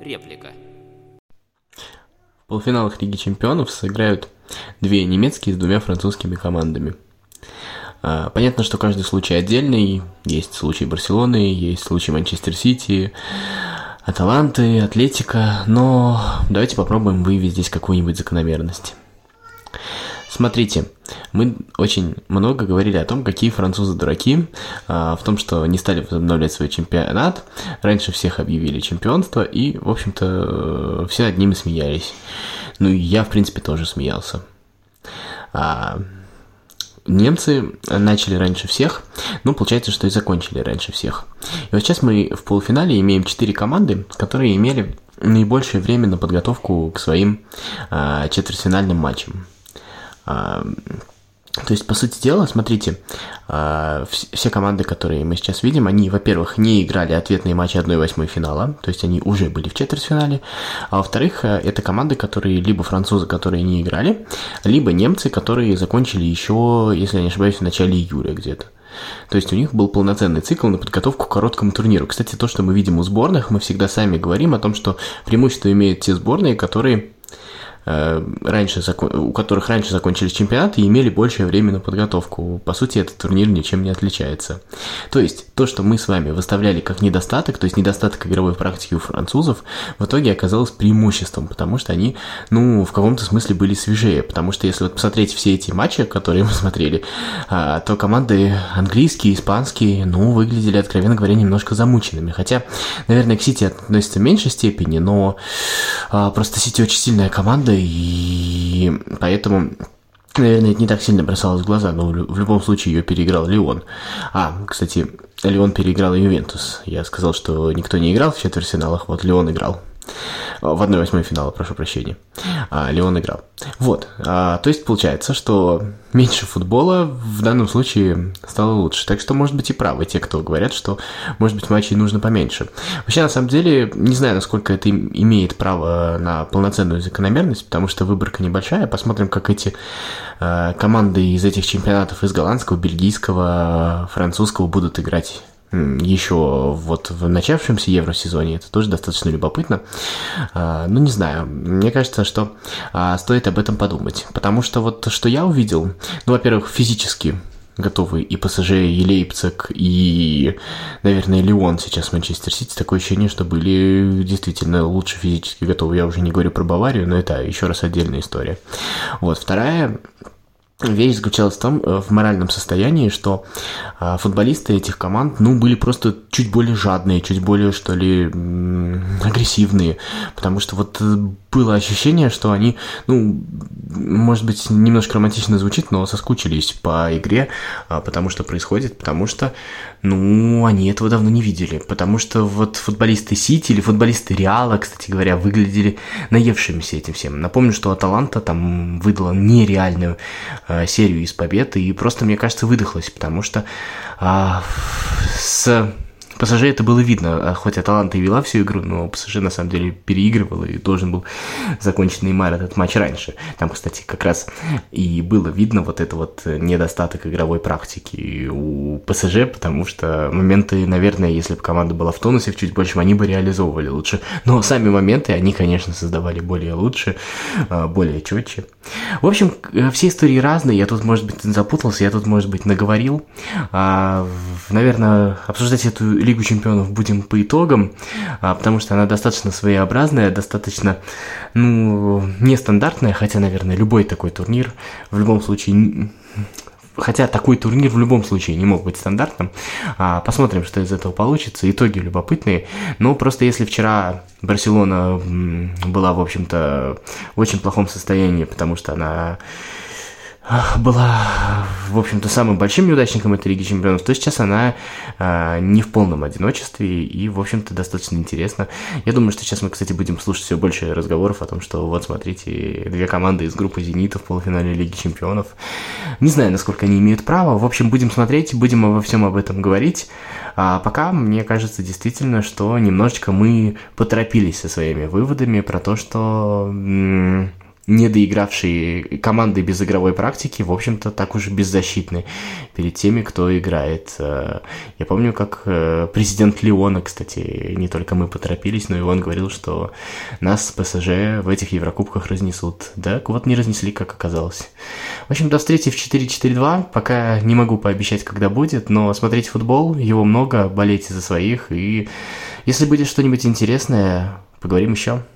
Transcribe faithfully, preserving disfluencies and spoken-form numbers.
Реплика. В полуфиналах Лиги Чемпионов сыграют две немецкие с двумя французскими командами. Понятно, что каждый случай отдельный. Есть случай Барселоны, есть случай Манчестер Сити, Аталанты, Атлетико, но давайте попробуем выявить здесь какую-нибудь закономерность. Смотрите, мы очень много говорили о том, какие французы дураки, в том, что не стали возобновлять свой чемпионат, раньше всех объявили чемпионство, и, в общем-то, все над ними смеялись. Ну, и я, в принципе, тоже смеялся. Немцы начали раньше всех, но получается, что и закончили раньше всех. И вот сейчас мы в полуфинале имеем четыре команды, которые имели наибольшее время на подготовку к своим а, четвертьфинальным матчам. А, то есть, по сути дела, смотрите, а, все команды, которые мы сейчас видим, они, во-первых, не играли ответные матчи одной восьмой финала, то есть они уже были в четвертьфинале, а во-вторых, это команды, которые либо французы, которые не играли, либо немцы, которые закончили еще, если я не ошибаюсь, в начале июля где-то. То есть у них был полноценный цикл на подготовку к короткому турниру. Кстати, то, что мы видим у сборных, мы всегда сами говорим о том, что преимущество имеют те сборные, которые... раньше, у которых раньше закончились чемпионаты и имели большее время на подготовку. По сути, этот турнир ничем не отличается. То есть, то, что мы с вами выставляли как недостаток, то есть недостаток игровой практики у французов, в итоге оказалось преимуществом, потому что они, ну, в каком-то смысле были свежее. Потому что, если вот посмотреть все эти матчи, которые мы смотрели, то команды английские, испанские, ну, выглядели, откровенно говоря, немножко замученными. Хотя, наверное, к Сити относится в меньшей степени, но просто Сити очень сильная команда, и поэтому, наверное, это не так сильно бросалось в глаза, но в любом случае ее переиграл Лион. А, кстати, Лион переиграл Ювентус. Я сказал, что никто не играл в четвертьфиналах, вот Лион играл. В одной восьмой финала, прошу прощения. А, Лион играл. Вот. А, то есть получается, что меньше футбола в данном случае стало лучше. Так что, может быть, и правы те, кто говорят, что, может быть, матчей нужно поменьше. Вообще, на самом деле, не знаю, насколько это имеет право на полноценную закономерность, потому что выборка небольшая. Посмотрим, как эти а, команды из этих чемпионатов, из голландского, бельгийского, французского будут играть еще вот в начавшемся евросезоне. Это тоже достаточно любопытно. Ну, не знаю, мне кажется, что стоит об этом подумать, потому что вот что я увидел, ну, во-первых, физически готовы и ПСЖ, и Лейпциг, и, наверное, Лион сейчас Манчестер Сити. Такое ощущение, что были действительно лучше физически готовы. Я уже не говорю про Баварию, но это еще раз отдельная история. Вот, вторая вещь заключалась в том, в моральном состоянии, что а, футболисты этих команд, ну, были просто чуть более жадные, чуть более, что ли, агрессивные, потому что вот было ощущение, что они, ну, может быть, немножко романтично звучит, но соскучились по игре, а, потому что происходит, потому что, ну, они этого давно не видели, потому что вот футболисты Сити или футболисты Реала, кстати говоря, выглядели наевшимися этим всем. Напомню, что Аталанта там выдала нереальную а, серию из побед и просто, мне кажется, выдохлась, потому что а, с... ПСЖ это было видно, хоть Аталанта и вела всю игру, но ПСЖ на самом деле переигрывал и должен был закончить Неймар этот матч раньше. Там, кстати, как раз и было видно вот это вот недостаток игровой практики у ПСЖ, потому что моменты, наверное, если бы команда была в тонусе в чуть большем, они бы реализовывали лучше. Но сами моменты они, конечно, создавали более лучше, более четче. В общем, все истории разные, я тут, может быть, запутался, я тут, может быть, наговорил. Наверное, обсуждать эту Лигу Чемпионов будем по итогам, потому что она достаточно своеобразная, достаточно, ну, нестандартная, хотя, наверное, любой такой турнир в любом случае... Хотя такой турнир в любом случае не мог быть стандартным. Посмотрим, что из этого получится. Итоги любопытные. Но просто если вчера Барселона была, в общем-то, в очень плохом состоянии, потому что она была, в общем-то, самым большим неудачником этой Лиги Чемпионов, то сейчас она а, не в полном одиночестве и, в общем-то, достаточно интересно. Я думаю, что сейчас мы, кстати, будем слушать все больше разговоров о том, что вот, смотрите, две команды из группы «Зенита» в полуфинале Лиги Чемпионов. Не знаю, насколько они имеют право. В общем, будем смотреть, будем обо всем об этом говорить. А пока, мне кажется, действительно, что немножечко мы поторопились со своими выводами про то, что... М- недоигравшие команды без игровой практики, в общем-то, так уж беззащитны перед теми, кто играет. Я помню, как президент Лиона, кстати, не только мы поторопились, но и он говорил, что нас с ПСЖ в этих Еврокубках разнесут. Так вот, не разнесли, как оказалось. В общем, до встречи в четыре четыре два. Пока не могу пообещать, когда будет, но смотрите футбол, его много, болейте за своих, и если будет что-нибудь интересное, поговорим еще.